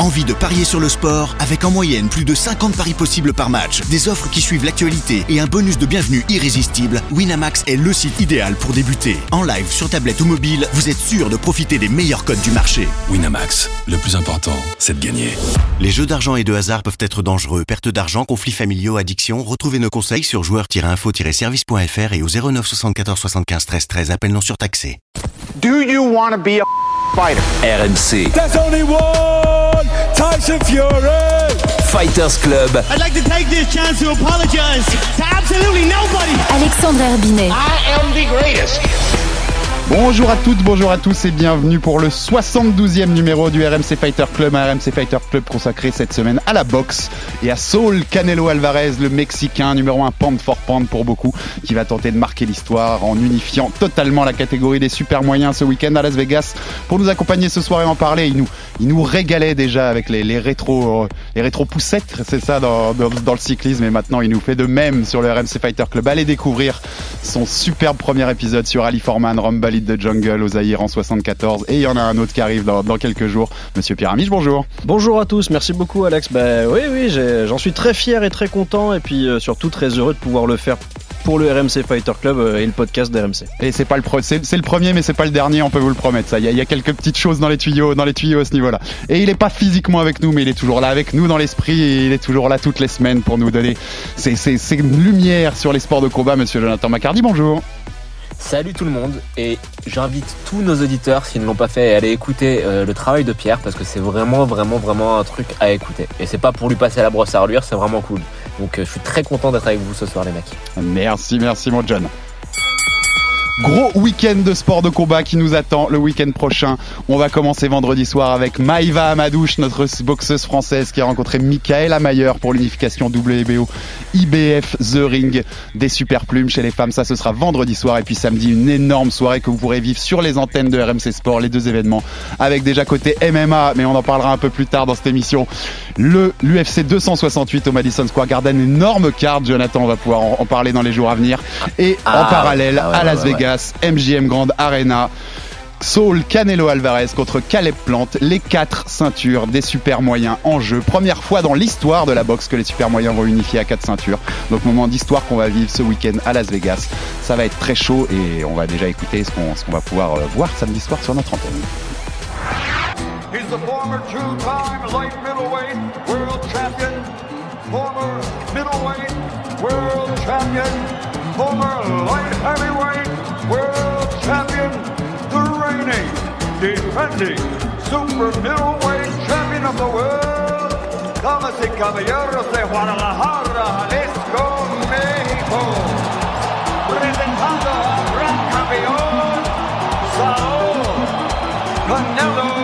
Envie de parier sur le sport avec en moyenne plus de 50 paris possibles par match, des offres qui suivent l'actualité et un bonus de bienvenue irrésistible? Winamax est le site idéal pour débuter. En live, sur tablette ou mobile, vous êtes sûr de profiter des meilleurs codes du marché. Winamax, le plus important, c'est de gagner. Les jeux d'argent et de hasard peuvent être dangereux. Perte d'argent, conflits familiaux, addiction. Retrouvez nos conseils sur joueurs-info-service.fr et au 09 74 75 13 13. Appel non surtaxé. Do you want to be a fighter? RMC. There's only one Tyson Fury. Fighters Club. I'd like to take this chance to apologize to absolutely nobody. Alexandre Herbinet. I am the greatest. Bonjour à toutes, bonjour à tous et bienvenue pour le 72e numéro du RMC Fighter Club, un RMC Fighter Club consacré cette semaine à la boxe et à Saul Canelo Alvarez, le Mexicain, numéro 1 pound for pound pour beaucoup, qui va tenter de marquer l'histoire en unifiant totalement la catégorie des super moyens ce week-end à Las Vegas. Pour nous accompagner ce soir et en parler, il nous régalait déjà avec les rétro poussettes, c'est ça dans le cyclisme, et maintenant il nous fait de même sur le RMC Fighter Club. Allez découvrir son superbe premier épisode sur Ali Foreman, Rumble de Jungle au Zaïre en 74, et il y en a un autre qui arrive dans quelques jours. Monsieur Pierre Amiche, bonjour. Bonjour à tous, merci beaucoup Alex. Oui, j'en suis très fier et très content, et puis surtout très heureux de pouvoir le faire pour le RMC Fighter Club et le podcast d'RMC. Et c'est pas c'est le premier, mais c'est pas le dernier, on peut vous le promettre. Ça, il y a quelques petites choses dans les tuyaux à ce niveau-là. Et il est pas physiquement avec nous, mais il est toujours là avec nous dans l'esprit, et il est toujours là toutes les semaines pour nous donner ses lumières sur les sports de combat. Monsieur Jonathan Macardy, bonjour. Salut tout le monde, et j'invite tous nos auditeurs, s'ils ne l'ont pas fait, à aller écouter le travail de Pierre, parce que c'est vraiment un truc à écouter. Et c'est pas pour lui passer la brosse à reluire, c'est vraiment cool. Donc je suis très content d'être avec vous ce soir les mecs. Merci mon John. Gros week-end de sport de combat qui nous attend le week-end prochain. On va commencer vendredi soir avec Maïva Amadouche, notre boxeuse française qui a rencontré Michaela Mayer pour l'unification WBO IBF The Ring des super plumes chez les femmes. Ça, ce sera vendredi soir. Et puis samedi, une énorme soirée que vous pourrez vivre sur les antennes de RMC Sport, les deux événements, avec déjà côté MMA, mais on en parlera un peu plus tard dans cette émission, l'UFC 268 au Madison Square Garden. Énorme carte, Jonathan, on va pouvoir en parler dans les jours à venir. Et en parallèle, à Las Vegas, MGM Grand Arena, Saul Canelo Alvarez contre Caleb Plant, les 4 ceintures des super moyens en jeu. Première fois dans l'histoire de la boxe que les super moyens vont unifier à 4 ceintures. Donc moment d'histoire qu'on va vivre ce week-end à Las Vegas. Ça va être très chaud et on va déjà écouter ce qu'on va pouvoir voir samedi soir sur notre antenne. He's the former two-time light middleweight world champion, former middleweight world champion, former light heavyweight world champion, the reigning, defending super middleweight champion of the world, damas y caballeros de Guadalajara, Jalisco, México, presentando al gran campeón, Saul Canelo.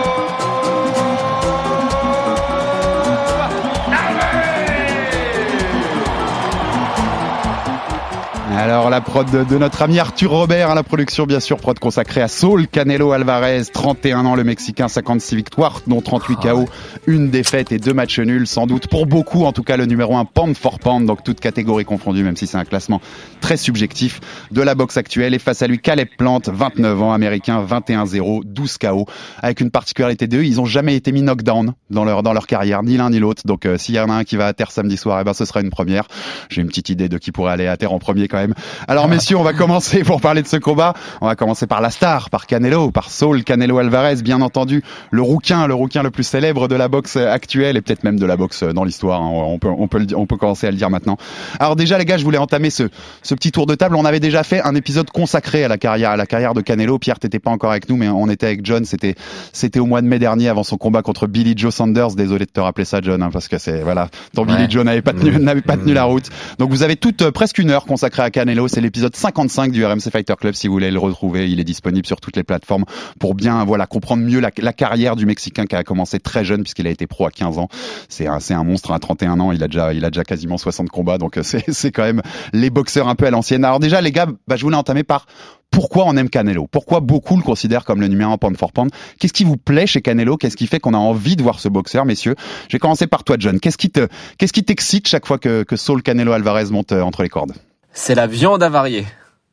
Alors la prod de notre ami Arthur Robert à la production, bien sûr, prod consacrée à Saul Canelo Alvarez, 31 ans, le Mexicain, 56 victoires, dont 38 KO, une défaite et 2 matchs nuls, sans doute pour beaucoup, en tout cas le numéro 1 pound for pound, donc toute catégorie confondue, même si c'est un classement très subjectif de la boxe actuelle. Et face à lui, Caleb Plant, 29 ans, américain, 21-0, 12 KO, avec une particularité d'eux, ils ont jamais été mis knockdown dans leur carrière, ni l'un ni l'autre. Donc s'il y en a un qui va à terre samedi soir, ce sera une première. J'ai une petite idée de qui pourrait aller à terre en premier quand même. Alors messieurs, on va commencer pour parler de ce combat. On va commencer par la star, par Canelo, par Saul Canelo Alvarez, bien entendu, le rouquin le plus célèbre de la boxe actuelle et peut-être même de la boxe dans l'histoire. Hein. On peut commencer à le dire maintenant. Alors déjà les gars, je voulais entamer ce petit tour de table. On avait déjà fait un épisode consacré à la carrière de Canelo. Pierre, t'étais pas encore avec nous, mais on était avec John. C'était au mois de mai dernier, avant son combat contre Billy Joe Saunders. Désolé de te rappeler ça, John, hein, parce que ton Billy Joe n'avait pas tenu la route. Donc vous avez presque une heure consacrée à Canelo. C'est l'épisode 55 du RMC Fighter Club. Si vous voulez le retrouver, il est disponible sur toutes les plateformes pour bien comprendre mieux la carrière du Mexicain qui a commencé très jeune puisqu'il a été pro à 15 ans. C'est un monstre à 31 ans. Il a déjà quasiment 60 combats. Donc c'est quand même les boxeurs un peu à l'ancienne. Alors déjà les gars, je voulais entamer par pourquoi on aime Canelo. Pourquoi beaucoup le considèrent comme le numéro 1 pound for pound. Qu'est-ce qui vous plaît chez Canelo? Qu'est-ce qui fait qu'on a envie de voir ce boxeur, messieurs? Je vais commencer par toi, John. Qu'est-ce qui t'excite chaque fois que Saul Canelo Alvarez monte entre les cordes? C'est la viande avariée.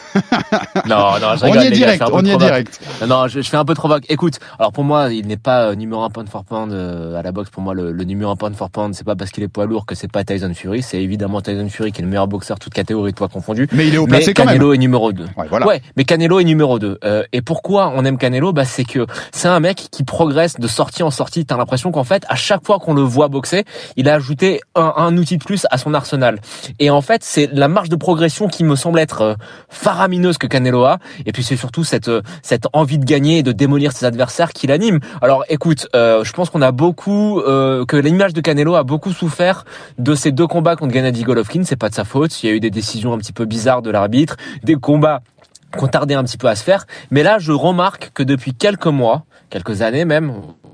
Non, je On rigole, y est les direct, gars, on y est direct. Non, je fais un peu trop vague. Écoute, alors pour moi, il n'est pas numéro 1 pound for pound à la boxe. Pour moi, le numéro 1 pound for pound, c'est pas parce qu'il est poids lourd que c'est pas Tyson Fury. C'est évidemment Tyson Fury qui est le meilleur boxeur, toute catégorie, toi confondu. Mais il est haut placé quand même. Canelo est numéro 2. Ouais, voilà. Ouais, mais Canelo est numéro 2. Et pourquoi on aime Canelo? Bah, c'est que c'est un mec qui progresse de sortie en sortie. T'as l'impression qu'en fait, à chaque fois qu'on le voit boxer, il a ajouté un outil de plus à son arsenal. Et en fait, c'est la marge de progression qui me semble être faramineuse que Canelo a. Et puis c'est surtout cette envie de gagner et de démolir ses adversaires qui l'anime. Alors écoute, je pense qu'on a beaucoup que l'image de Canelo a beaucoup souffert de ces 2 combats contre Gennady Golovkin. C'est pas de sa faute. Il y a eu des décisions un petit peu bizarres de l'arbitre, des combats qu'on tardait un petit peu à se faire. Mais là, je remarque que depuis quelques mois, quelques années même,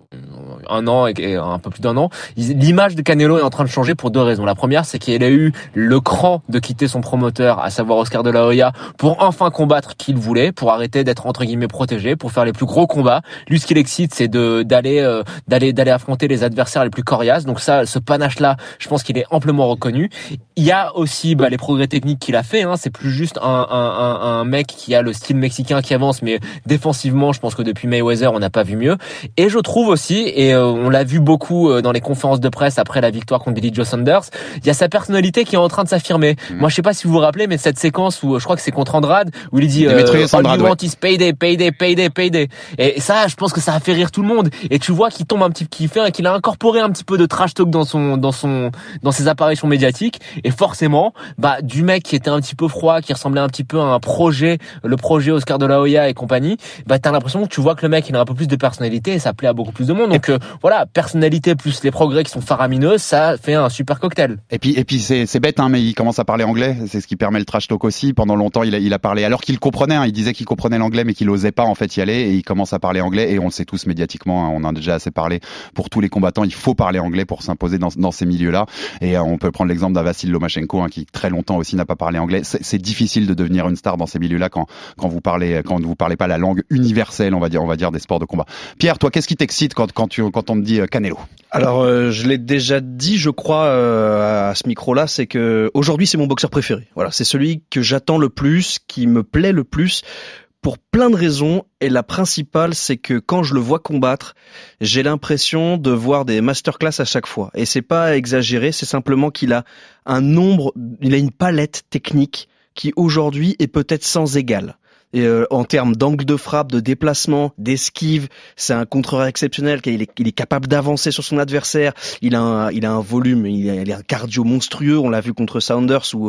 1 an et un peu plus d'1 an, l'image de Canelo est en train de changer pour 2 raisons. La première, c'est qu'il a eu le cran de quitter son promoteur, à savoir Oscar de la Hoya, pour enfin combattre qui il voulait, pour arrêter d'être entre guillemets protégé, pour faire les plus gros combats. Lui, ce qui l'excite, c'est d'aller affronter les adversaires les plus coriaces. Donc ça, ce panache-là, je pense qu'il est amplement reconnu. Il y a aussi les progrès techniques qu'il a fait. C'est plus juste un mec qui a le style mexicain qui avance, mais défensivement, je pense que depuis Mayweather, on n'a pas vu mieux. Et je trouve aussi, et on l'a vu beaucoup dans les conférences de presse après la victoire contre Billy Joe Saunders, il y a sa personnalité qui est en train de s'affirmer. Moi, je sais pas si vous vous rappelez, mais cette séquence où je crois que c'est contre Andrade, où il dit all you want is payday, payday, payday, payday. Et ça, je pense que ça a fait rire tout le monde. Et tu vois qu'il tombe un petit, qu'il a incorporé un petit peu de trash talk dans ses apparitions médiatiques. Et forcément, du mec qui était un petit peu froid, qui ressemblait un petit peu à le projet Oscar de la Hoya et compagnie, t'as l'impression que tu vois que le mec il a un peu plus de personnalité et ça plaît à beaucoup plus de monde. Donc voilà, personnalité plus les progrès qui sont faramineux, ça fait un super cocktail. Et puis c'est bête, mais il commence à parler anglais, c'est ce qui permet le trash talk aussi. Pendant longtemps, il a parlé, alors qu'il comprenait, il disait qu'il comprenait l'anglais, mais qu'il osait pas en fait y aller, et il commence à parler anglais. Et on le sait tous médiatiquement, on en a déjà assez parlé. Pour tous les combattants, il faut parler anglais pour s'imposer dans ces milieux-là. Et on peut prendre l'exemple d'un Vassil Lomachenko, qui très longtemps aussi n'a pas parlé anglais. C'est difficile de devenir une star dans ces milieux-là quand vous parlez pas la langue universelle, on va dire des sports de combat. Pierre, toi, qu'est-ce qui t'excite quand on te dit Canelo? Alors, je l'ai déjà dit, je crois, à ce micro-là, c'est que aujourd'hui, c'est mon boxeur préféré. Voilà, c'est celui que j'attends le plus, qui me plaît le plus, pour plein de raisons. Et la principale, c'est que quand je le vois combattre, j'ai l'impression de voir des masterclass à chaque fois. Et c'est pas exagéré, c'est simplement qu'il a il a une palette technique qui aujourd'hui est peut-être sans égale. Et en termes d'angle de frappe, de déplacement, d'esquive, c'est un contreur exceptionnel. Il est capable d'avancer sur son adversaire. Il a un volume, il a un cardio monstrueux. On l'a vu contre Saunders où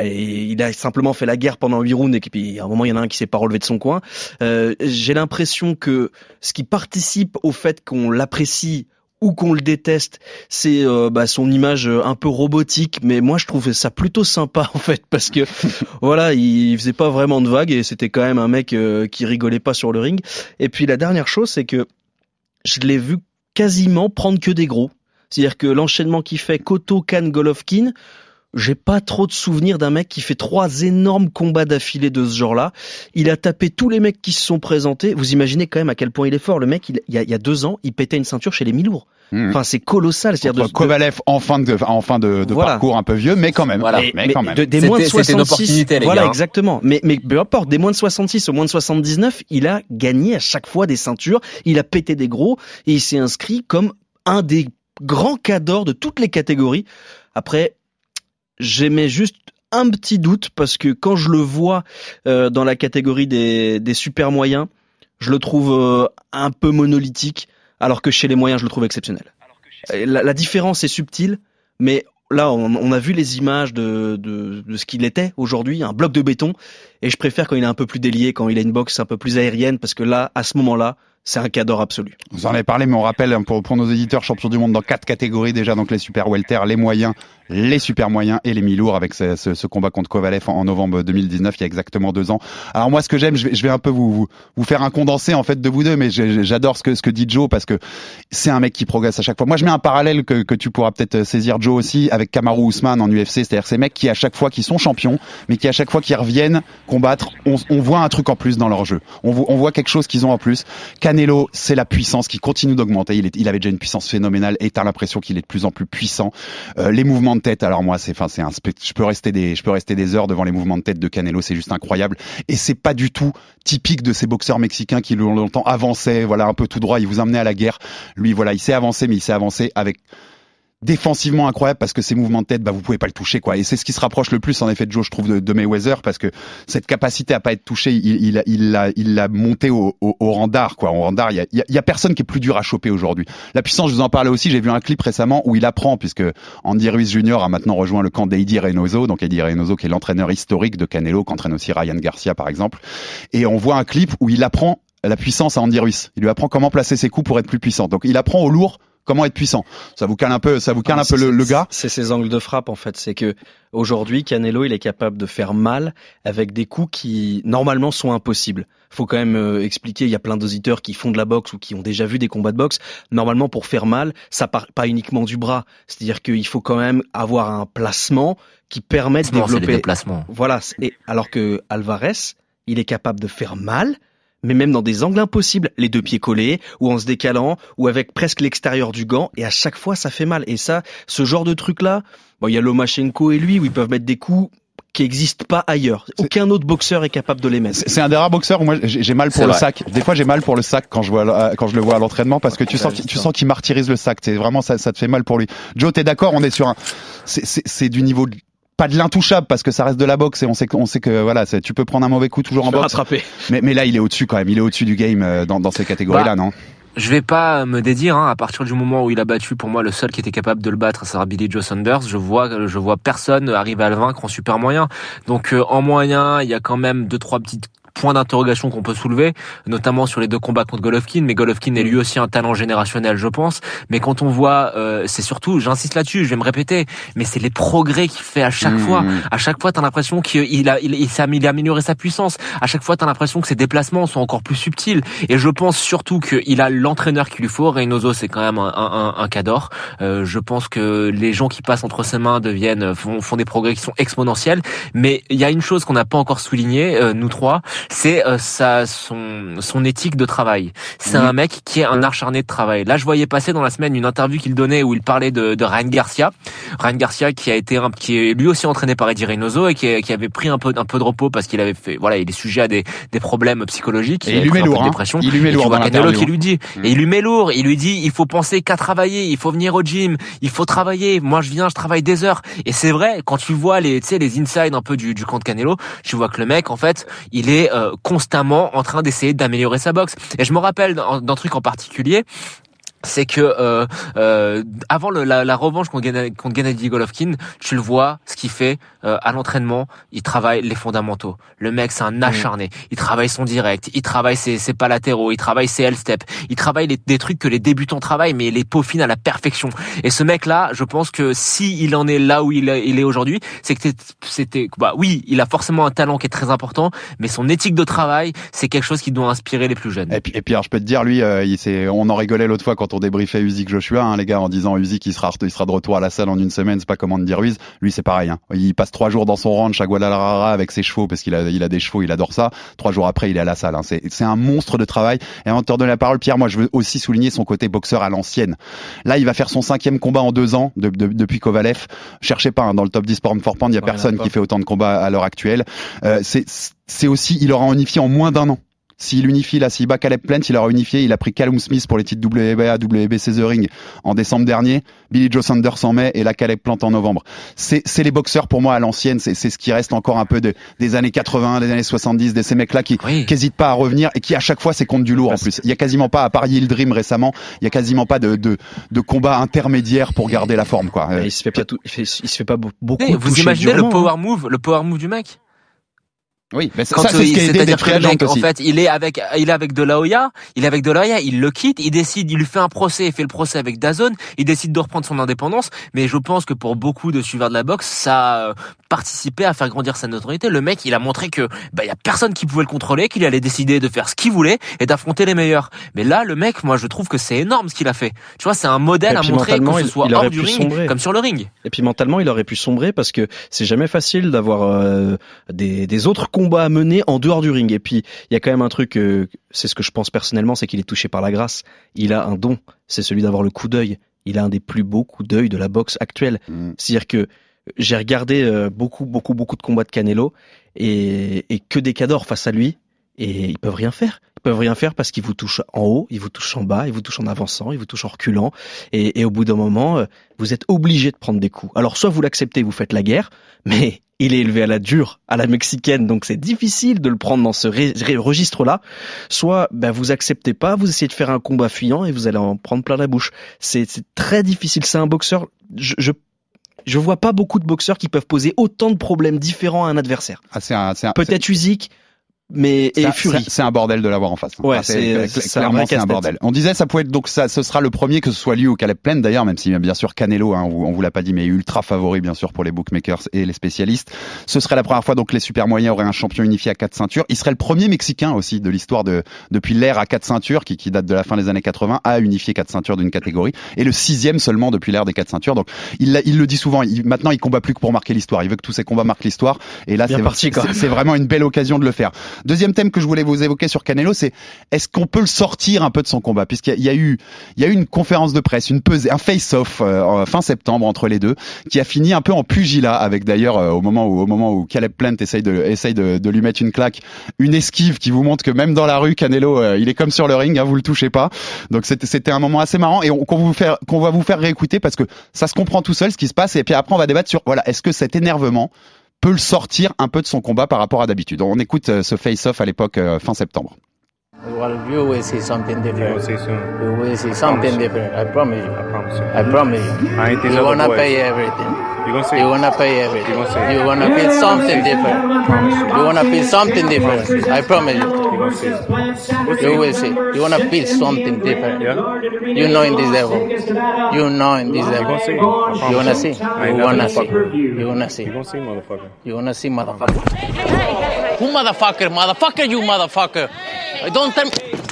il a simplement fait la guerre pendant 8 rounds et puis à un moment il y en a un qui s'est pas relevé de son coin. J'ai l'impression que ce qui participe au fait qu'on l'apprécie ou qu'on le déteste, c'est son image un peu robotique, mais moi je trouvais ça plutôt sympa en fait, parce que voilà, il faisait pas vraiment de vagues et c'était quand même un mec qui rigolait pas sur le ring. Et puis la dernière chose, c'est que je l'ai vu quasiment prendre que des gros. C'est-à-dire que l'enchaînement qu'il fait Cotto, Khan, Golovkin, j'ai pas trop de souvenirs d'un mec qui fait 3 énormes combats d'affilée de ce genre-là. Il a tapé tous les mecs qui se sont présentés. Vous imaginez quand même à quel point il est fort. Le mec, il y a 2 ans, il pétait une ceinture chez les mi-lourds. Enfin, c'est colossal. C'est-à-dire Kovalev en fin de voilà. Parcours un peu vieux, mais quand même. Voilà. Mais quand même. Des moins de 66. Voilà, exactement. Mais peu importe, des moins de 66 au moins de 79, il a gagné à chaque fois des ceintures. Il a pété des gros et il s'est inscrit comme un des grands cadors de toutes les catégories. Après, j'émets juste un petit doute parce que quand je le vois dans la catégorie des super moyens, je le trouve un peu monolithique, alors que chez les moyens, je le trouve exceptionnel. La différence est subtile, mais là, on a vu les images de ce qu'il était aujourd'hui, un bloc de béton, et je préfère quand il est un peu plus délié, quand il a une boxe un peu plus aérienne, parce que là, à ce moment-là, c'est un cador absolu. Vous en avez parlé, mais on rappelle pour nos éditeurs, champion du monde dans 4 catégories déjà, donc les super welter, les moyens, les super moyens et les mi-lourds, avec ce combat contre Kovalev en novembre 2019, il y a exactement 2 ans. Alors moi, ce que j'aime, je vais un peu vous faire un condensé en fait de vous deux, mais j'adore ce que dit Joe, parce que c'est un mec qui progresse à chaque fois. Moi, je mets un parallèle que tu pourras peut-être saisir, Joe, aussi, avec Kamaru Usman en UFC, c'est-à-dire ces mecs qui à chaque fois qui sont champions, mais qui à chaque fois qui reviennent combattre, on voit un truc en plus dans leur jeu. On voit quelque chose qu'ils ont en plus. Canelo, c'est la puissance qui continue d'augmenter. Il avait déjà une puissance phénoménale et t'as l'impression qu'il est de plus en plus puissant. Les mouvements de tête, alors moi, je peux rester des heures devant les mouvements de tête de Canelo, c'est juste incroyable. Et c'est pas du tout typique de ces boxeurs mexicains qui longtemps avançaient, voilà, un peu tout droit, ils vous emmenaient à la guerre. Lui, voilà, il s'est avancé, mais il s'est avancé avec défensivement incroyable parce que ces mouvements de tête, vous pouvez pas le toucher, quoi. Et c'est ce qui se rapproche le plus, en effet, de Joe, je trouve, de Mayweather, parce que cette capacité à pas être touché, il l'a monté au rang d'art, quoi. Au rang d'art, il y a personne qui est plus dur à choper aujourd'hui. La puissance, je vous en parlais aussi, j'ai vu un clip récemment où il apprend, puisque Andy Ruiz Jr. a maintenant rejoint le camp d'Eddie Reynoso, donc Eddie Reynoso qui est l'entraîneur historique de Canelo, qui entraîne aussi Ryan Garcia, par exemple. Et on voit un clip où il apprend la puissance à Andy Ruiz. Il lui apprend comment placer ses coups pour être plus puissant. Donc il apprend au lourd comment être puissant. Ça vous cale un peu le gars. C'est ses angles de frappe, en fait. C'est que aujourd'hui, Canelo, il est capable de faire mal avec des coups qui, normalement, sont impossibles. Faut quand même expliquer, il y a plein d'auditeurs qui font de la boxe ou qui ont déjà vu des combats de boxe. Normalement, pour faire mal, ça part pas uniquement du bras. C'est-à-dire qu'il faut quand même avoir un placement qui permet de développer. C'est les déplacements. Voilà. Et alors que Alvarez, il est capable de faire mal, mais même dans des angles impossibles, les deux pieds collés, ou en se décalant, ou avec presque l'extérieur du gant, et à chaque fois ça fait mal. Et ça, ce genre de truc-là, il y a Lomachenko et lui, où ils peuvent mettre des coups qui existent pas ailleurs. Aucun autre boxeur est capable de les mettre. C'est un des rares boxeurs où moi j'ai mal pour le sac. Des fois j'ai mal pour le sac quand je le vois à l'entraînement, parce que tu sens qu'il martyrise le sac. C'est vraiment ça te fait mal pour lui. Joe, t'es d'accord? On est sur c'est du niveau pas de l'intouchable, parce que ça reste de la boxe et on sait que voilà, tu peux prendre un mauvais coup toujours en boxe. Rattraper. Mais là, il est au-dessus quand même. Il est au-dessus du game dans ces catégories-là, non? Je vais pas me dédire, à partir du moment où il a battu, pour moi, le seul qui était capable de le battre, c'est Billy Joe Saunders. Je vois personne arriver à le vaincre en super moyen. Donc, en moyen, il y a quand même 2-3 petites points d'interrogation qu'on peut soulever, notamment sur les deux combats contre Golovkin, mais Golovkin est lui aussi un talent générationnel, je pense. Mais quand on voit, c'est surtout, j'insiste là-dessus, je vais me répéter, mais c'est les progrès qu'il fait à chaque fois. À chaque fois, t'as l'impression qu'il a amélioré sa puissance. À chaque fois, t'as l'impression que ses déplacements sont encore plus subtils. Et je pense surtout qu'il a l'entraîneur qu'il lui faut. Reynoso, c'est quand même un cador. Je pense que les gens qui passent entre ses mains font des progrès qui sont exponentiels. Mais il y a une chose qu'on n'a pas encore soulignée, nous trois, c'est son éthique de travail. C'est un mec qui est un acharné de travail. Là, je voyais passer dans la semaine une interview qu'il donnait où il parlait de Ryan Garcia. Ryan Garcia qui est lui aussi entraîné par Eddie Reynoso et qui avait pris un peu de repos parce qu'il avait fait, voilà, il est sujet à des problèmes psychologiques. Et il lui met lourd, dépression. Il lui met lourd dans Canelo qui lui dit, et il lui met lourd. Il lui dit, il faut penser qu'à travailler, il faut venir au gym, il faut travailler. Moi, je travaille des heures. Et c'est vrai, quand tu vois les insides un peu du camp de Canelo, tu vois que le mec, en fait, il est constamment en train d'essayer d'améliorer sa boxe. Et je me rappelle d'un truc en particulier, c'est que avant la revanche contre Gennady Golovkin, tu le vois, ce qu'il fait à l'entraînement, il travaille les fondamentaux. Le mec, c'est un acharné. Il travaille son direct, il travaille ses pas latéraux, il travaille ses L-step, il travaille des trucs que les débutants travaillent, mais il les peaufine à la perfection. Et ce mec-là, je pense que si il en est là où il est aujourd'hui, c'est que oui, il a forcément un talent qui est très important, mais son éthique de travail, c'est quelque chose qui doit inspirer les plus jeunes. Et puis alors, je peux te dire, lui, on en rigolait l'autre fois quand on débriefait Usyk Joshua, les gars, en disant Usyk il sera de retour à la salle en une semaine, c'est pas comment dire Ruiz. Lui, c'est pareil, il passe 3 jours dans son ranch à Guadalajara avec ses chevaux, parce qu'il a des chevaux, il adore ça. 3 jours après, il est à la salle. C'est un monstre de travail. Et avant de te redonner la parole, Pierre, moi, je veux aussi souligner son côté boxeur à l'ancienne. Là, il va faire son 5e combat en 2 ans depuis Kovalev. Cherchez pas, dans le top 10 pound for pound, il y a personne qui fait autant de combats à l'heure actuelle. C'est aussi, il aura unifié en moins d'1 an. S'il bat Caleb Plant, il aura unifié, il a pris Callum Smith pour les titres WBA, WBC The Ring en décembre dernier, Billy Joe Saunders en mai et la Caleb Plant en novembre. C'est les boxeurs pour moi à l'ancienne, c'est ce qui reste encore un peu des années 80, des années 70, de ces mecs-là qui hésitent pas à revenir et qui à chaque fois c'est contre du lourd en plus. Il y a quasiment pas, à part Yield Dream récemment, il y a quasiment pas de combat intermédiaire pour garder la forme, quoi. Il se fait pas il se fait pas beaucoup. Vous imaginez le power move du mec? Oui, mais ça c'est ce qui a aidé d'être free agent aussi. En fait, il est avec De La Hoya, il le quitte, il décide, il lui fait un procès, il fait le procès avec DAZN, il décide de reprendre son indépendance, mais je pense que pour beaucoup de suiveurs de la boxe, ça a participé à faire grandir sa notoriété. Le mec, il a montré que y a personne qui pouvait le contrôler, qu'il allait décider de faire ce qu'il voulait et d'affronter les meilleurs. Mais là, le mec, moi je trouve que c'est énorme ce qu'il a fait. Tu vois, c'est un modèle à montrer, que ce soit hors du ring comme sur le ring. Et puis mentalement, il aurait pu sombrer parce que c'est jamais facile d'avoir des autres combat à mener en dehors du ring. Et puis, il y a quand même un truc, c'est ce que je pense personnellement, c'est qu'il est touché par la grâce. Il a un don, c'est celui d'avoir le coup d'œil. Il a un des plus beaux coups d'œil de la boxe actuelle. C'est-à-dire que j'ai regardé beaucoup de combats de Canelo et que des cadors face à lui, et ils peuvent rien faire. Ils peuvent rien faire parce qu'il vous touche en haut, il vous touche en bas, il vous touche en avançant, il vous touche en reculant, et au bout d'un moment, vous êtes obligé de prendre des coups. Alors soit vous l'acceptez, vous faites la guerre, mais il est élevé à la dure, à la mexicaine, donc c'est difficile de le prendre dans ce registre-là. Soit vous acceptez pas, vous essayez de faire un combat fuyant et vous allez en prendre plein la bouche. C'est très difficile. C'est un boxeur. Je vois pas beaucoup de boxeurs qui peuvent poser autant de problèmes différents à un adversaire. Peut-être Usyk, mais et Fury. C'est un bordel de l'avoir en face. Ouais, clairement c'est un bordel. On disait ça pouvait être donc ça, ce sera le premier que ce soit lui ou Caleb Plant d'ailleurs, même si bien sûr Canelo, on vous l'a pas dit, mais ultra favori bien sûr pour les bookmakers et les spécialistes. Ce serait la première fois donc les super moyens auraient un champion unifié à 4 ceintures. Il serait le premier Mexicain aussi de l'histoire depuis l'ère à 4 ceintures qui date de la fin des années 80 à unifier 4 ceintures d'une catégorie, et le 6e seulement depuis l'ère des 4 ceintures. Donc il le dit souvent. Maintenant il combat plus que pour marquer l'histoire. Il veut que tous ses combats marquent l'histoire. Et là c'est vraiment une belle occasion de le faire. Deuxième thème que je voulais vous évoquer sur Canelo, c'est est-ce qu'on peut le sortir un peu de son combat, puisqu'il y a eu une conférence de presse, un face-off fin septembre entre les deux, qui a fini un peu en pugilat, avec d'ailleurs au moment où Caleb Plant essaye de lui mettre une claque, une esquive qui vous montre que même dans la rue, Canelo il est comme sur le ring, vous le touchez pas. Donc c'était un moment assez marrant et qu'on va vous faire réécouter parce que ça se comprend tout seul ce qui se passe, et puis après on va débattre sur est-ce que cet énervement peut le sortir un peu de son combat par rapport à d'habitude. On écoute ce face-off à l'époque fin septembre. Well, you will see something different. You will see soon. You will see something different. I promise you. I promise you. I promise you. I ain't You're gonna pay everything. You gonna see. You're gonna pay everything. You gonna see. You're gonna feel something different. You're gonna feel something different. I promise you. You gonna see. You will see. You're gonna feel something different. Yeah. You know in this level. You know in this level. You gonna see. You're gonna see. You're gonna see. You gonna see, motherfucker. You're gonna see, motherfucker. Who motherfucker? Motherfucker, you motherfucker. Don't tell me.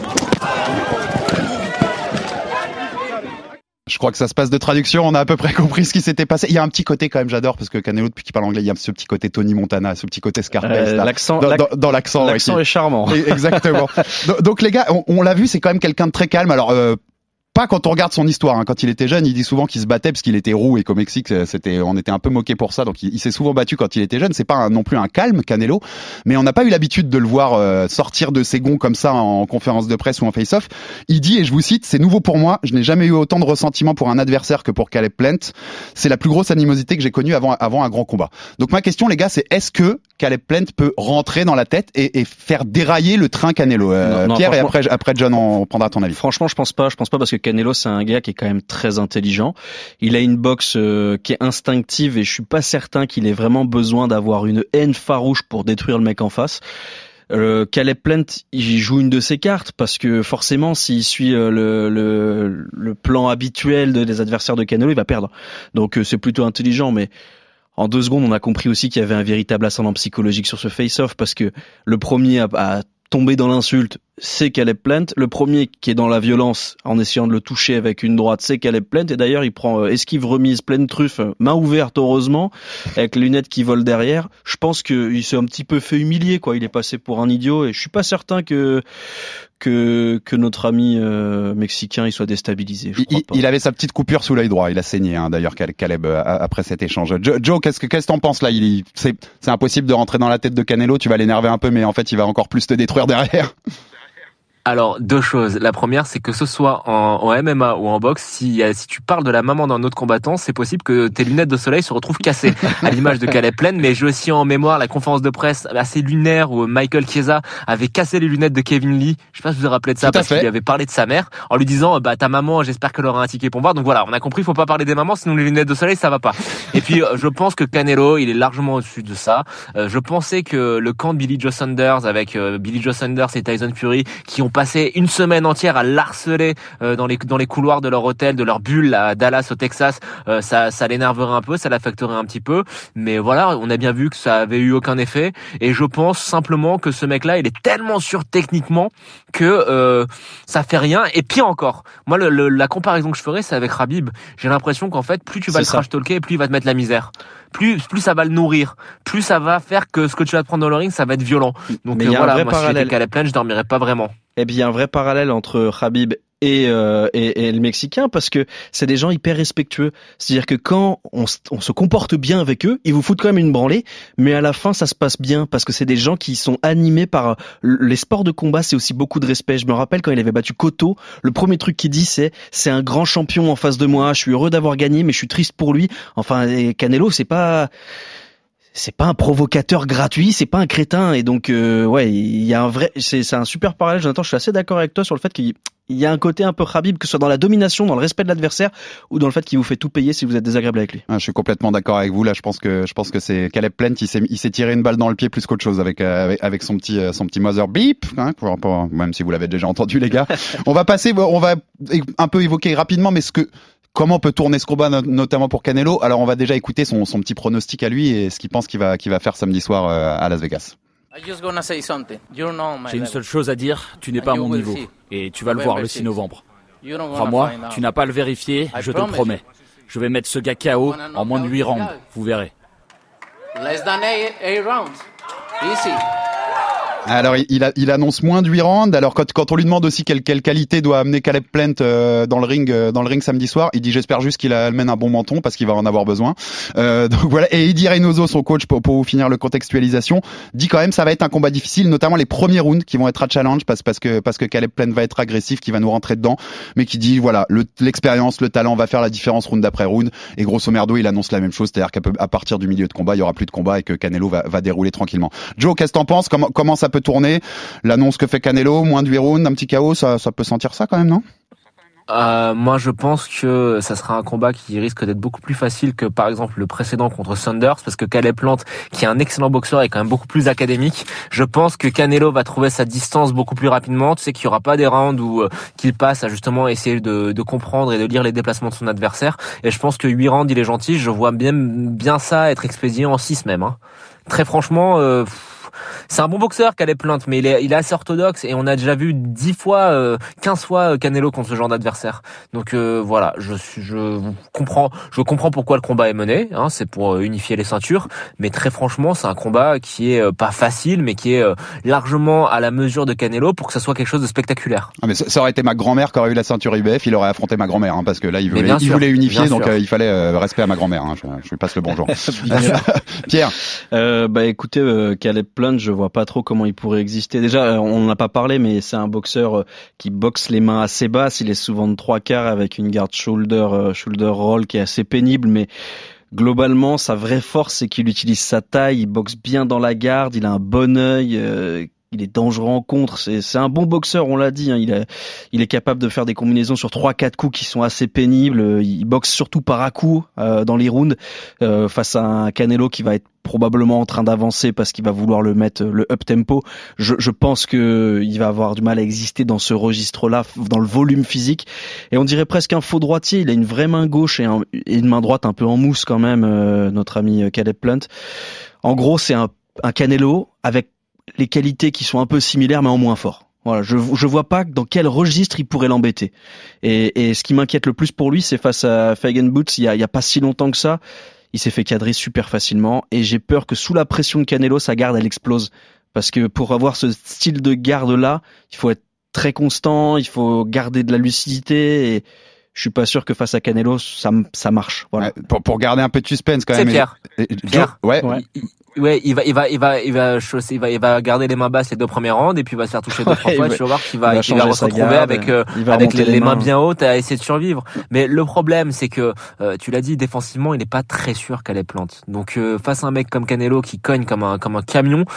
Je crois que ça se passe de traduction, on a à peu près compris ce qui s'était passé. Il y a un petit côté quand même, j'adore, parce que Canelo, depuis qu'il parle anglais, il y a ce petit côté Tony Montana, ce petit côté Scarface. L'accent est charmant. Exactement. Donc les gars, on l'a vu, c'est quand même quelqu'un de très calme. Alors pas quand on regarde son histoire. Quand il était jeune, il dit souvent qu'il se battait parce qu'il était roux et qu'au Mexique, on était un peu moqué pour ça. Donc il s'est souvent battu quand il était jeune. C'est pas non plus un calme, Canelo, mais on n'a pas eu l'habitude de le voir sortir de ses gonds comme ça en conférence de presse ou en face-off. Il dit, et je vous cite, c'est nouveau pour moi. Je n'ai jamais eu autant de ressentiment pour un adversaire que pour Caleb Plant. C'est la plus grosse animosité que j'ai connue avant un grand combat. Donc ma question, les gars, c'est est-ce que Caleb Plant peut rentrer dans la tête et faire dérailler le train Canelo? Non, Pierre, et après John, on prendra ton avis. Franchement, je pense pas parce que Canelo, c'est un gars qui est quand même très intelligent. Il a une boxe qui est instinctive et je suis pas certain qu'il ait vraiment besoin d'avoir une haine farouche pour détruire le mec en face. Caleb Plant, il joue une de ses cartes parce que forcément, s'il suit le plan habituel des adversaires de Canelo, il va perdre. Donc c'est plutôt intelligent, mais en 2 secondes, on a compris aussi qu'il y avait un véritable ascendant psychologique sur ce face-off parce que le premier à tomber dans l'insulte, c'est Caleb Plant. Le premier qui est dans la violence en essayant de le toucher avec une droite, c'est Caleb Plant. Et d'ailleurs, il prend esquive remise, pleine truffe, main ouverte heureusement, avec les lunettes qui volent derrière. Je pense qu'il s'est un petit peu fait humilier, quoi. Il est passé pour un idiot et je suis pas certain que notre ami mexicain il soit déstabilisé. Il avait sa petite coupure sous l'œil droit. Il a saigné d'ailleurs Caleb après cet échange. Joe, qu'est-ce que t'en penses là? C'est impossible de rentrer dans la tête de Canelo. Tu vas l'énerver un peu, mais en fait, il va encore plus te détruire derrière. Alors, 2 choses. La première, c'est que ce soit en MMA ou en boxe, si tu parles de la maman d'un autre combattant, c'est possible que tes lunettes de soleil se retrouvent cassées, à l'image de Caleb Plant. Mais j'ai aussi en mémoire la conférence de presse assez lunaire où Michael Chiesa avait cassé les lunettes de Kevin Lee. Je sais pas si vous vous rappelez de ça, parce qu'il lui avait parlé de sa mère, en lui disant, ta maman, j'espère qu'elle aura un ticket pour me voir. Donc voilà, on a compris, faut pas parler des mamans, sinon les lunettes de soleil, ça va pas. Et puis, je pense que Canelo, il est largement au-dessus de ça. Je pensais que le camp de Billy Joe Saunders, avec Billy Joe Saunders et Tyson Fury, qui ont passer une semaine entière à l'harceler dans les couloirs de leur hôtel, de leur bulle à Dallas au Texas, ça l'énerverait un peu, ça l'affecterait un petit peu. Mais voilà, on a bien vu que ça avait eu aucun effet. Et je pense simplement que ce mec-là, il est tellement sûr techniquement que ça fait rien. Et pire encore, moi la comparaison que je ferais, c'est avec Khabib. J'ai l'impression qu'en fait, plus tu vas le trash talker, plus il va te mettre la misère. Plus ça va le nourrir, plus ça va faire que ce que tu vas te prendre dans le ring, ça va être violent. Donc voilà, moi si j'étais Caleb Plant, je dormirais pas vraiment. Eh bien, il y a un vrai parallèle entre Khabib et le Mexicain, parce que c'est des gens hyper respectueux. C'est-à-dire que quand on se comporte bien avec eux, ils vous foutent quand même une branlée, mais à la fin ça se passe bien, parce que c'est des gens qui sont animés par les sports de combat. C'est aussi beaucoup de respect. Je me rappelle quand il avait battu Cotto, le premier truc qu'il dit c'est un grand champion en face de moi, je suis heureux d'avoir gagné, mais je suis triste pour lui. Enfin, Canelo, c'est pas un provocateur gratuit, c'est pas un crétin. Et donc ouais, il y a un vrai, c'est un super parallèle, Jonathan. Je suis assez d'accord avec toi sur le fait qu'il y a un côté un peu Khabib, que ce soit dans la domination, dans le respect de l'adversaire, ou dans le fait qu'il vous fait tout payer si vous êtes désagréable avec lui. Je suis complètement d'accord avec vous. Là, je pense que c'est Caleb Plant, il s'est tiré une balle dans le pied plus qu'autre chose avec son petit Mother Beep, hein, même si vous l'avez déjà entendu, les gars. On va un peu évoquer rapidement, mais comment peut tourner ce combat, notamment pour Canelo. Alors, on va déjà écouter son petit pronostic à lui et ce qu'il pense qu'il va faire samedi soir à Las Vegas. J'ai une seule chose à dire, tu n'es pas à mon niveau. Et tu vas le voir le 6 novembre. Crois-moi, tu n'as pas à le vérifier, je te le promets. Je vais mettre ce gars KO en moins de 8 rounds, vous verrez. Alors il annonce moins de 8 rounds. Alors quand on lui demande aussi quelle qualité doit amener Caleb Plant dans le ring samedi soir, il dit j'espère juste qu'il amène un bon menton parce qu'il va en avoir besoin. Donc voilà. Et Eddie Reynoso, son coach, pour vous finir le contextualisation, dit quand même ça va être un combat difficile, notamment les premiers rounds qui vont être à challenge parce que Caleb Plant va être agressif, qui va nous rentrer dedans, mais qui dit voilà l'expérience, le talent va faire la différence round après round. Et grosso merdo, il annonce la même chose, c'est-à-dire qu'à partir du milieu de combat, il y aura plus de combat et que Canelo va dérouler tranquillement. Joe, qu'est-ce que t'en penses? Comment ça peut tourner l'annonce que fait Canelo, moins de 8 rounds, un petit KO, ça peut sentir ça quand même, non? Moi je pense que ça sera un combat qui risque d'être beaucoup plus facile que par exemple le précédent contre Saunders, parce que Caleb Plant, qui est un excellent boxeur, est quand même beaucoup plus académique. Je pense que Canelo va trouver sa distance beaucoup plus rapidement. Tu sais qu'il y aura pas des rounds où qu'il passe à justement essayer de comprendre et de lire les déplacements de son adversaire. Et je pense que 8 rounds, il est gentil. Je vois bien ça être expédié en 6 même, hein. Très franchement, c'est un bon boxeur, Caleb Plant, mais il est assez orthodoxe et on a déjà vu 10 fois, 15 fois Canelo contre ce genre d'adversaire. Donc voilà, je comprends pourquoi le combat est mené, hein, c'est pour unifier les ceintures, mais très franchement, c'est un combat qui est pas facile, mais qui est largement à la mesure de Canelo pour que ça soit quelque chose de spectaculaire. Ah mais ça aurait été ma grand-mère qui aurait eu la ceinture IBF, il aurait affronté ma grand-mère, hein, parce que là il voulait unifier, donc il fallait respect à ma grand-mère, hein, je lui passe le bonjour. Pierre. Écoutez, Caleb Plant, je vois pas trop comment il pourrait exister. Déjà, on n'en a pas parlé, mais c'est un boxeur qui boxe les mains assez basses. Il est souvent de 3/4 avec une garde shoulder roll qui est assez pénible, mais globalement, sa vraie force, c'est qu'il utilise sa taille. Il boxe bien dans la garde. Il a un bon œil. Il est dangereux en contre. C'est un bon boxeur, on l'a dit, hein. Il est capable de faire des combinaisons sur 3-4 coups qui sont assez pénibles. Il boxe surtout par à-coups dans les rounds face à un Canelo qui va être probablement en train d'avancer parce qu'il va vouloir le mettre le up tempo. Je pense que il va avoir du mal à exister dans ce registre-là, dans le volume physique. Et on dirait presque un faux droitier. Il a une vraie main gauche et une main droite un peu en mousse quand même, notre ami Caleb Plant. En gros, c'est un Canelo avec les qualités qui sont un peu similaires mais en moins fort. Voilà, je vois pas dans quel registre il pourrait l'embêter. Et ce qui m'inquiète le plus pour lui, c'est face à Fagan Boots, il y a pas si longtemps que ça, il s'est fait cadrer super facilement et j'ai peur que sous la pression de Canelo, sa garde elle explose, parce que pour avoir ce style de garde là, il faut être très constant, il faut garder de la lucidité et je suis pas sûr que face à Canelo ça marche. Voilà. Ouais, pour garder un peu de suspense quand même. C'est Pierre. Ouais. Ouais, il va garder les mains basses les 2 premiers rounds et puis il va se faire toucher 2-3 fois. Tu vas voir qu'il va se retrouver avec les mains bien hautes à essayer de survivre. Mais le problème, c'est que tu l'as dit, défensivement, il est pas très sûr Caleb Plant. Donc face à un mec comme Canelo qui cogne comme un camion,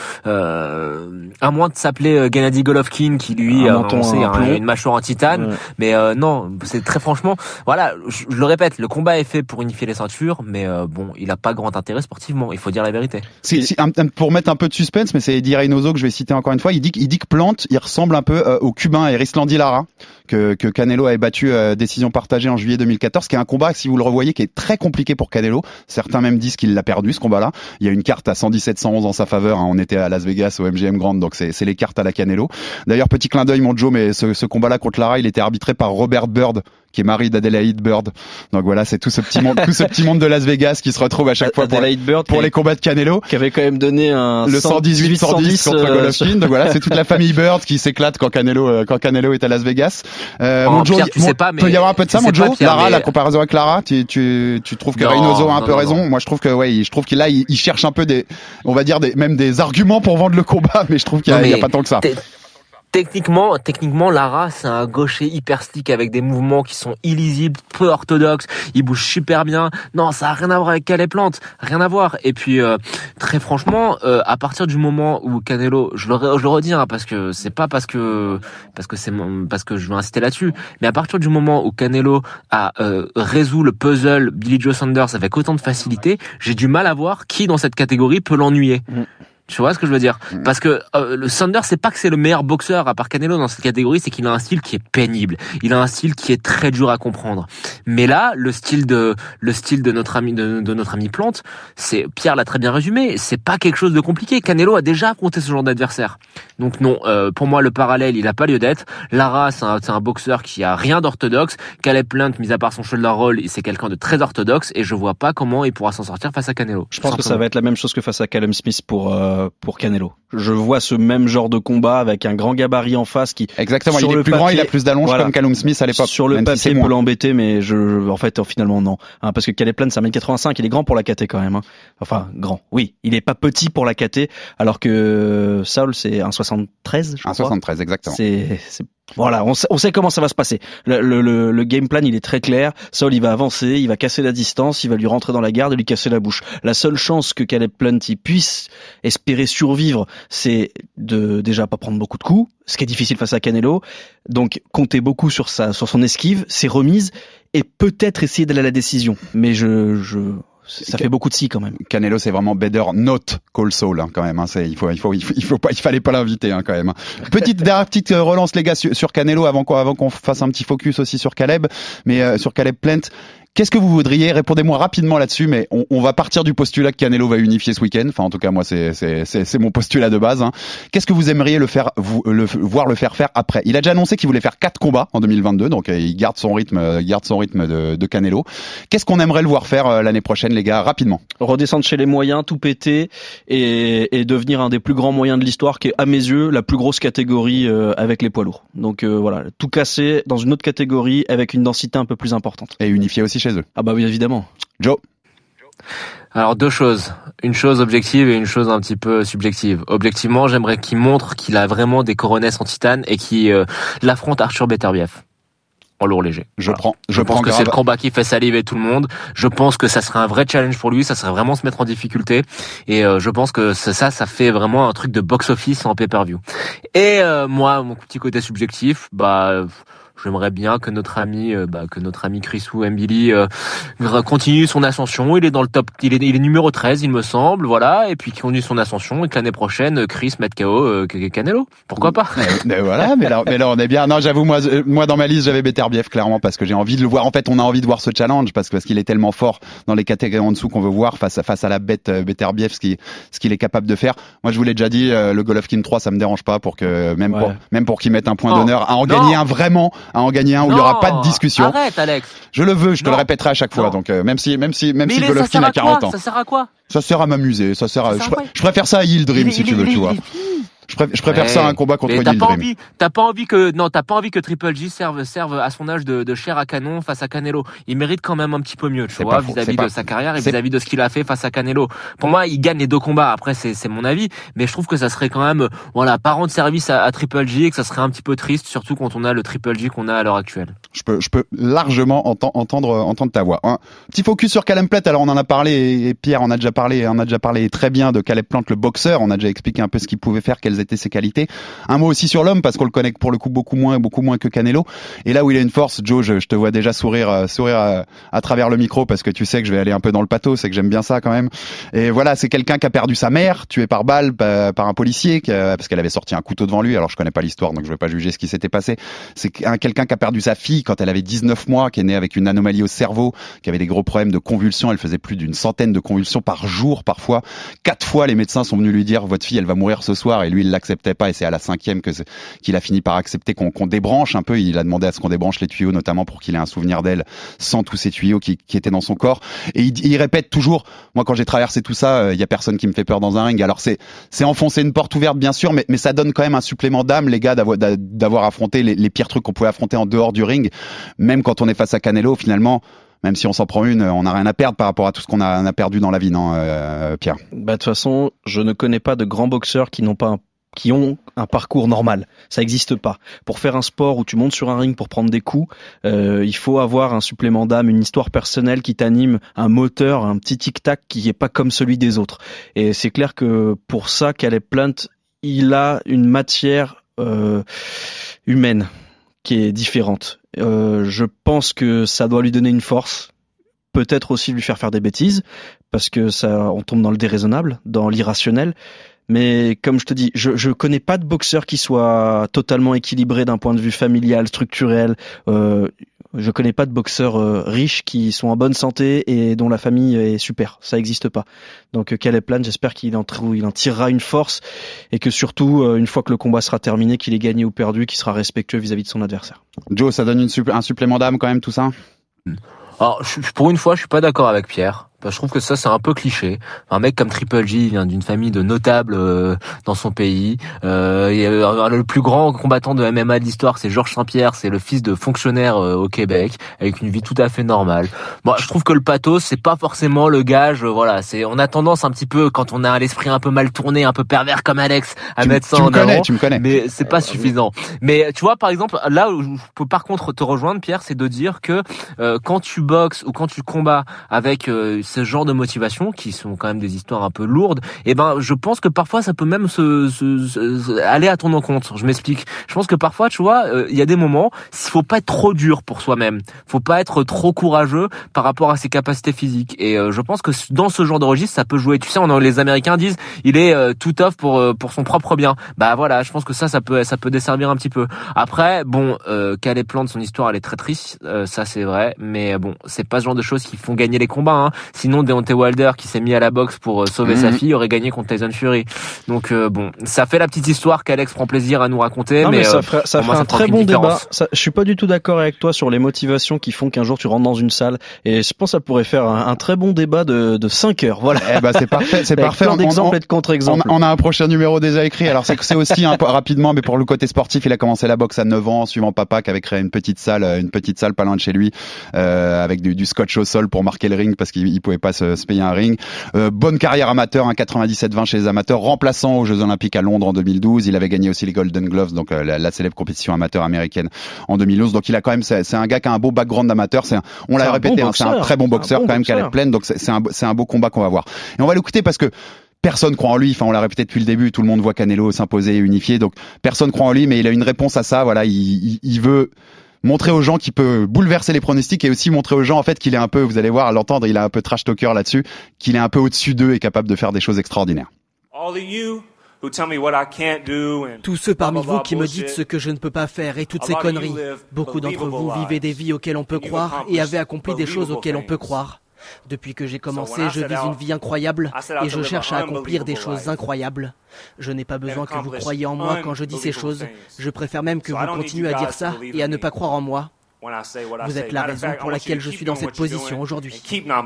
à moins de s'appeler Gennady Golovkin qui lui a une mâchoire en titane. Mais non, c'est très franchement, voilà, je le répète, le combat est fait pour unifier les ceintures, mais bon, il a pas grand intérêt sportivement. Il faut dire la vérité. Pour mettre un peu de suspense, mais c'est Eddie Reynoso que je vais citer encore une fois. Il dit que Plante, il ressemble un peu au Cubain Erislandy Lara que Canelo avait battu décision partagée en juillet 2014, qui est un combat, si vous le revoyez, qui est très compliqué pour Canelo. Certains même disent qu'il l'a perdu ce combat-là. Il y a une carte à 117-111 en sa faveur. On était à Las Vegas au MGM Grand, donc c'est les cartes à la Canelo. D'ailleurs, petit clin d'œil, mon Joe, mais ce combat-là contre Lara, il était arbitré par Robert Byrd, qui est mari d'Adelaide Byrd. Donc voilà, c'est tout ce petit monde de Las Vegas qui se retrouve à chaque fois pour les combats de Canelo, qui avait quand même donné le 118-110 contre Golovkin. Donc voilà, c'est toute la famille Byrd qui s'éclate quand Canelo est à Las Vegas. Mon Joe, peut y avoir un peu de ça, mon Joe. Lara, la comparaison avec Lara, tu trouves que Reynoso a un peu raison? Moi, je trouve que là, il cherche un peu on va dire même des arguments pour vendre le combat, mais je trouve qu'il y a pas tant que ça. Techniquement, Lara, c'est un gaucher hyper slick avec des mouvements qui sont illisibles, peu orthodoxes. Il bouge super bien. Non, ça a rien à voir avec Caleb Plant, rien à voir. Et puis, très franchement, à partir du moment où Canelo, je le redis, hein, parce que c'est pas parce que je veux insister là-dessus, mais à partir du moment où Canelo a résout le puzzle Billy Joe Saunders avec autant de facilité, j'ai du mal à voir qui dans cette catégorie peut l'ennuyer. Tu vois ce que je veux dire? Parce que le Saunders, c'est pas que c'est le meilleur boxeur à part Canelo dans cette catégorie, c'est qu'il a un style qui est pénible. Il a un style qui est très dur à comprendre. Mais là, le style de notre ami Plante, c'est, Pierre l'a très bien résumé, c'est pas quelque chose de compliqué. Canelo a déjà affronté ce genre d'adversaire. Donc non, pour moi le parallèle, il a pas lieu d'être. Lara, c'est un boxeur qui a rien d'orthodoxe. Caleb Plant, mis à part son shoulder roll, c'est quelqu'un de très orthodoxe et je vois pas comment il pourra s'en sortir face à Canelo. Je pense que ça va être la même chose que face à Callum Smith pour Canelo. Je vois ce même genre de combat avec un grand gabarit en face qui... Exactement, il est plus grand, il a plus d'allonge comme Callum Smith à l'époque. Sur le papier, il peut l'embêter, mais finalement non. Parce que Caleb Plant, c'est 1m85, il est grand pour la KT quand même. Hein. Enfin, grand. Oui, il est pas petit pour la KT, alors que Saul, c'est 1,73, je crois. 1,73, exactement. Voilà, on sait comment ça va se passer. Le game plan, il est très clair. Saul, il va avancer, il va casser la distance, il va lui rentrer dans la garde et lui casser la bouche. La seule chance que Caleb Plant puisse espérer survivre, c'est de déjà pas prendre beaucoup de coups, ce qui est difficile face à Canelo. Donc, compter beaucoup sur son esquive, ses remises, et peut-être essayer d'aller à la décision. Mais ça fait beaucoup de si quand même. Canelo, c'est vraiment better not call Saul, hein, quand même. Hein, il fallait pas l'inviter, hein, quand même. Petite relance, les gars, sur Canelo avant qu'on fasse un petit focus aussi sur Caleb, mais sur Caleb Plant. Qu'est-ce que vous voudriez? Répondez-moi rapidement là-dessus, mais on va partir du postulat que Canelo va unifier ce week-end. Enfin, en tout cas, moi, c'est mon postulat de base. Hein. Qu'est-ce que vous aimeriez voir le faire faire après? Il a déjà annoncé qu'il voulait faire 4 combats en 2022, donc il garde son rythme de Canelo. Qu'est-ce qu'on aimerait le voir faire l'année prochaine, les gars, rapidement? Redescendre chez les moyens, tout péter et devenir un des plus grands moyens de l'histoire, qui est à mes yeux la plus grosse catégorie avec les poids lourds. Donc voilà, tout casser dans une autre catégorie avec une densité un peu plus importante. Et unifier aussi chez eux. Ah bah oui, évidemment. Joe? Alors deux choses. Une chose objective et une chose un petit peu subjective. Objectivement, j'aimerais qu'il montre qu'il a vraiment des coronesses en titane et qu'il l'affronte Arthur Beterbiev en lourd léger. Je pense que c'est le combat qui fait saliver tout le monde. Je pense que ça serait un vrai challenge pour lui. Ça serait vraiment se mettre en difficulté. Et je pense que ça fait vraiment un truc de box-office en pay-per-view. Et moi, mon petit côté subjectif, j'aimerais bien que notre ami Chris Mbili continue son ascension. Il est dans le top, il est numéro 13, il me semble, voilà, et puis qu'il continue son ascension et que l'année prochaine Chris mette KO Canelo. Pourquoi pas? Mais voilà, mais là on est bien. Non, j'avoue, moi dans ma liste, j'avais Beterbiev clairement parce que j'ai envie de le voir. En fait, on a envie de voir ce challenge parce qu'il est tellement fort dans les catégories en dessous qu'on veut voir face à la bête Beterbiev ce qu'il est capable de faire. Moi, je vous l'ai déjà dit, le Golovkin 3, ça me dérange pas pour que même pour qu'il mette un point d'honneur à en gagner un vraiment. À en gagner un où il n'y aura pas de discussion. Arrête, Alex. Je le veux, je te le répéterai à chaque fois. Donc même si Golovkin a 40 ans. Ça sert à quoi? Ça sert à m'amuser. Je préfère ça à Yildirim si tu veux, tu vois. Je préfère ça à un combat contre Yildirim. T'as pas envie que Triple G serve à son âge de chair à canon face à Canelo. Il mérite quand même un petit peu mieux, tu vois, vis-à-vis de sa carrière et vis-à-vis de ce qu'il a fait face à Canelo. Pour moi, il gagne les deux combats. Après, c'est mon avis, mais je trouve que ça serait quand même, pas rendre service à Triple G et que ça serait un petit peu triste, surtout quand on a le Triple G qu'on a à l'heure actuelle. Je peux largement entendre ta voix. Un petit focus sur Caleb Plant. Alors on en a parlé et Pierre en a déjà parlé très bien de Caleb Plant, le boxeur. On a déjà expliqué un peu ce qu'il pouvait faire, quelles quelles étaient ses qualités. Un mot aussi sur l'homme, parce qu'on le connaît pour le coup beaucoup moins que Canelo. Et là où il a une force, Joe, je te vois déjà sourire à travers le micro, parce que tu sais que je vais aller un peu dans le pathos, c'est que j'aime bien ça quand même. Et voilà, c'est quelqu'un qui a perdu sa mère, tué par balle par un policier, parce qu'elle avait sorti un couteau devant lui. Alors je connais pas l'histoire, donc je vais pas juger ce qui s'était passé. C'est quelqu'un qui a perdu sa fille quand elle avait 19 mois, qui est née avec une anomalie au cerveau, qui avait des gros problèmes de convulsions. Elle faisait plus d'une centaine de convulsions par jour, parfois. 4 fois, les médecins sont venus lui dire, votre fille, elle va mourir ce soir. Et lui, il l'acceptait pas. Et c'est à la 5e qu'il a fini par accepter qu'on débranche un peu. Il a demandé à ce qu'on débranche les tuyaux, notamment pour qu'il ait un souvenir d'elle sans tous ces tuyaux qui étaient dans son corps. Et il répète toujours, moi, quand j'ai traversé tout ça, il y a personne qui me fait peur dans un ring. Alors c'est enfoncer une porte ouverte, bien sûr, mais ça donne quand même un supplément d'âme, les gars, d'avoir affronté les pires trucs qu'on pouvait affronter en dehors du ring. Même quand on est face à Canelo, finalement, même si on s'en prend une, on n'a rien à perdre par rapport à tout ce qu'on a perdu dans la vie, non, Pierre? De toute façon, je ne connais pas de grands boxeurs qui ont un parcours normal. Ça n'existe pas. Pour faire un sport où tu montes sur un ring pour prendre des coups, il faut avoir un supplément d'âme, une histoire personnelle qui t'anime, un moteur, un petit tic-tac qui est pas comme celui des autres. Et c'est clair que pour ça, Caleb Plant, il a une matière humaine qui est différente. Je pense que ça doit lui donner une force, peut-être aussi lui faire des bêtises, parce que ça, on tombe dans le déraisonnable, dans l'irrationnel. Mais comme je te dis, je connais pas de boxeur qui soit totalement équilibré d'un point de vue familial, structurel. Je connais pas de boxeurs riches qui sont en bonne santé et dont la famille est super. Ça existe pas. Donc Caleb Plant, j'espère qu'il en tirera une force et que surtout, une fois que le combat sera terminé, qu'il ait gagné ou perdu, qu'il sera respectueux vis-à-vis de son adversaire. Joe, ça donne un supplément d'âme quand même, tout ça? Alors, pour une fois, je suis pas d'accord avec Pierre. Je trouve que ça, c'est un peu cliché. Un mec comme Triple G vient d'une famille de notables dans son pays. Le plus grand combattant de MMA de l'histoire, c'est Georges Saint-Pierre. C'est le fils de fonctionnaire au Québec, avec une vie tout à fait normale. Bon, je trouve que le pathos, c'est pas forcément le gage. Voilà, on a tendance un petit peu, quand on a l'esprit un peu mal tourné, un peu pervers comme Alex, à mettre ça en avant. Tu me connais. Mais c'est pas suffisant. Mais tu vois, par exemple, là où je peux par contre te rejoindre, Pierre, c'est de dire que quand tu boxes ou quand tu combats avec ce genre de motivation, qui sont quand même des histoires un peu lourdes, et je pense que parfois ça peut même aller à ton encontre. Je m'explique. Je pense que parfois, tu vois, il y a des moments, il faut pas être trop dur pour soi-même. Faut pas être trop courageux par rapport à ses capacités physiques. Et je pense que dans ce genre de registre, ça peut jouer. Tu sais, les Américains disent, il est tout tough pour son propre bien. Bah voilà, je pense que ça peut desservir un petit peu. Après, bon, Caleb Plant, son histoire, elle est très triste, ça c'est vrai. Mais bon, c'est pas ce genre de choses qui font gagner les combats. Hein. Sinon, Deontay Wilder, qui s'est mis à la boxe pour sauver sa fille, aurait gagné contre Tyson Fury. Donc bon, ça fait la petite histoire qu'Alex prend plaisir à nous raconter. Non, mais ça ferait un très bon débat. Je suis pas du tout d'accord avec toi sur les motivations qui font qu'un jour tu rentres dans une salle. Et je pense que ça pourrait faire un très bon débat de 5 heures. Voilà. C'est parfait. C'est parfait. Plein d'exemples et de contre-exemples. On a un prochain numéro déjà écrit. Alors c'est aussi un peu rapidement, mais pour le côté sportif, il a commencé la boxe à 9 ans, suivant papa qui avait créé une petite salle pas loin de chez lui, avec du scotch au sol pour marquer le ring parce qu'il pouvait pas se payer un ring. Bonne carrière amateur, 97-20 chez les amateurs, remplaçant aux Jeux Olympiques à Londres en 2012. Il avait gagné aussi les Golden Gloves, donc la célèbre compétition amateur américaine en 2011. Donc il a quand même, c'est un gars qui a un beau background d'amateur. On l'a répété, c'est un très bon boxeur quand même, Caleb Plant. Donc c'est un beau combat qu'on va voir. Et on va l'écouter parce que personne croit en lui. Enfin, on l'a répété depuis le début. Tout le monde voit Canelo s'imposer et unifier. Donc personne croit en lui, mais il a une réponse à ça. Voilà, il veut montrer aux gens qu'il peut bouleverser les pronostics et aussi montrer aux gens en fait qu'il est un peu, vous allez voir à l'entendre, il est un peu trash talker là-dessus, qu'il est un peu au-dessus d'eux et capable de faire des choses extraordinaires. Tous ceux parmi vous qui me dites ce que je ne peux pas faire et toutes ces conneries. Beaucoup d'entre vous vivez des vies auxquelles on peut croire et avez accompli des choses auxquelles on peut croire. Depuis que j'ai commencé, je vis une vie incroyable et je cherche à accomplir des choses incroyables. Je n'ai pas besoin que vous croyiez en moi quand je dis ces choses. Je préfère même que vous continuez à dire ça et à ne pas croire en moi. Vous êtes la raison pour laquelle je suis dans cette position aujourd'hui.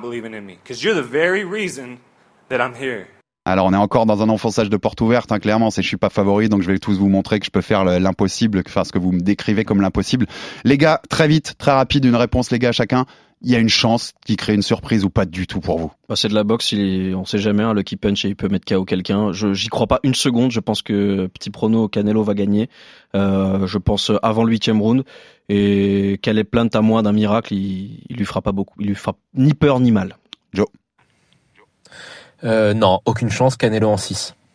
Alors on est encore dans un enfonçage de porte ouverte, hein, clairement, je suis pas favori, donc je vais tous vous montrer que je peux faire l'impossible, enfin ce que vous me décrivez comme l'impossible. Les gars, très vite, très rapide, une réponse les gars chacun. Il y a une chance qu'il crée une surprise ou pas du tout pour vous? C'est de la boxe, on sait jamais, un lucky punch et il peut mettre KO quelqu'un. J'y crois pas une seconde, je pense que petit prono, Canelo va gagner. Je pense avant le 8e round. Et Caleb Plant à moins d'un miracle, il lui fera pas beaucoup. Il lui fera ni peur ni mal. Joe? Non, aucune chance, Canelo en 6.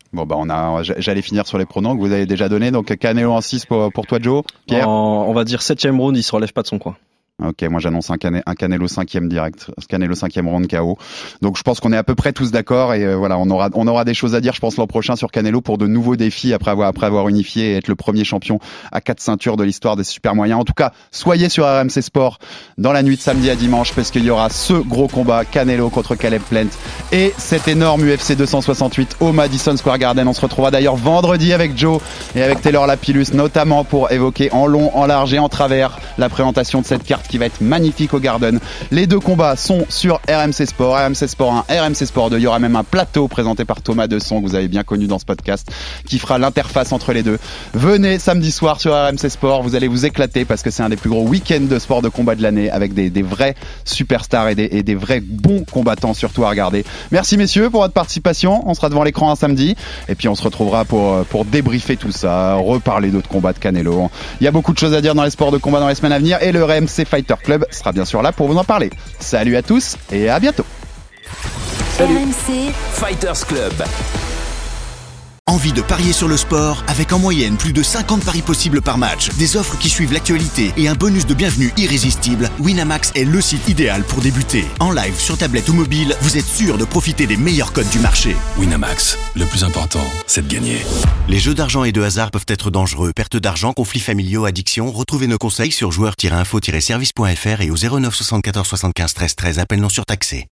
Bon bah j'allais finir sur les pronoms que vous avez déjà donné. Donc Canelo en 6 pour toi Joe. Pierre. On va dire 7e round, il se relève pas de son coin. Ok, moi j'annonce un Canelo 5e direct, Canelo 5e round KO. Donc je pense qu'on est à peu près tous d'accord et voilà, on aura des choses à dire je pense l'an prochain sur Canelo pour de nouveaux défis après avoir unifié et être le premier champion à 4 ceintures de l'histoire des super moyens. En tout cas, soyez sur RMC Sport dans la nuit de samedi à dimanche parce qu'il y aura ce gros combat Canelo contre Caleb Plant et cet énorme UFC 268 au Madison Square Garden. On se retrouvera d'ailleurs vendredi avec Joe et avec Taylor Lapillus notamment pour évoquer en long, en large et en travers la présentation de cette carte qui va être magnifique au Garden. Les deux combats sont sur RMC Sport, RMC Sport 1, RMC Sport 2. Il y aura même un plateau présenté par Thomas Desson, que vous avez bien connu dans ce podcast, qui fera l'interface entre les deux. Venez samedi soir sur RMC Sport, vous allez vous éclater parce que c'est un des plus gros week-ends de sport de combat de l'année avec des vrais superstars et des vrais bons combattants surtout à regarder. Merci messieurs pour votre participation. On sera devant l'écran un samedi et puis on se retrouvera pour débriefer tout ça, reparler d'autres combats de Canelo. Il y a beaucoup de choses à dire dans les sports de combat dans les semaines à venir et le RMC Fighter Club sera bien sûr là pour vous en parler. Salut à tous et à bientôt. Salut. RMC Fighters Club. Envie de parier sur le sport avec en moyenne plus de 50 paris possibles par match, des offres qui suivent l'actualité et un bonus de bienvenue irrésistible, Winamax est le site idéal pour débuter. En live, sur tablette ou mobile, vous êtes sûr de profiter des meilleurs codes du marché. Winamax, le plus important, c'est de gagner. Les jeux d'argent et de hasard peuvent être dangereux. Perte d'argent, conflits familiaux, addiction. Retrouvez nos conseils sur joueurs-info-service.fr et au 09 74 75 13 13. Appel non surtaxé.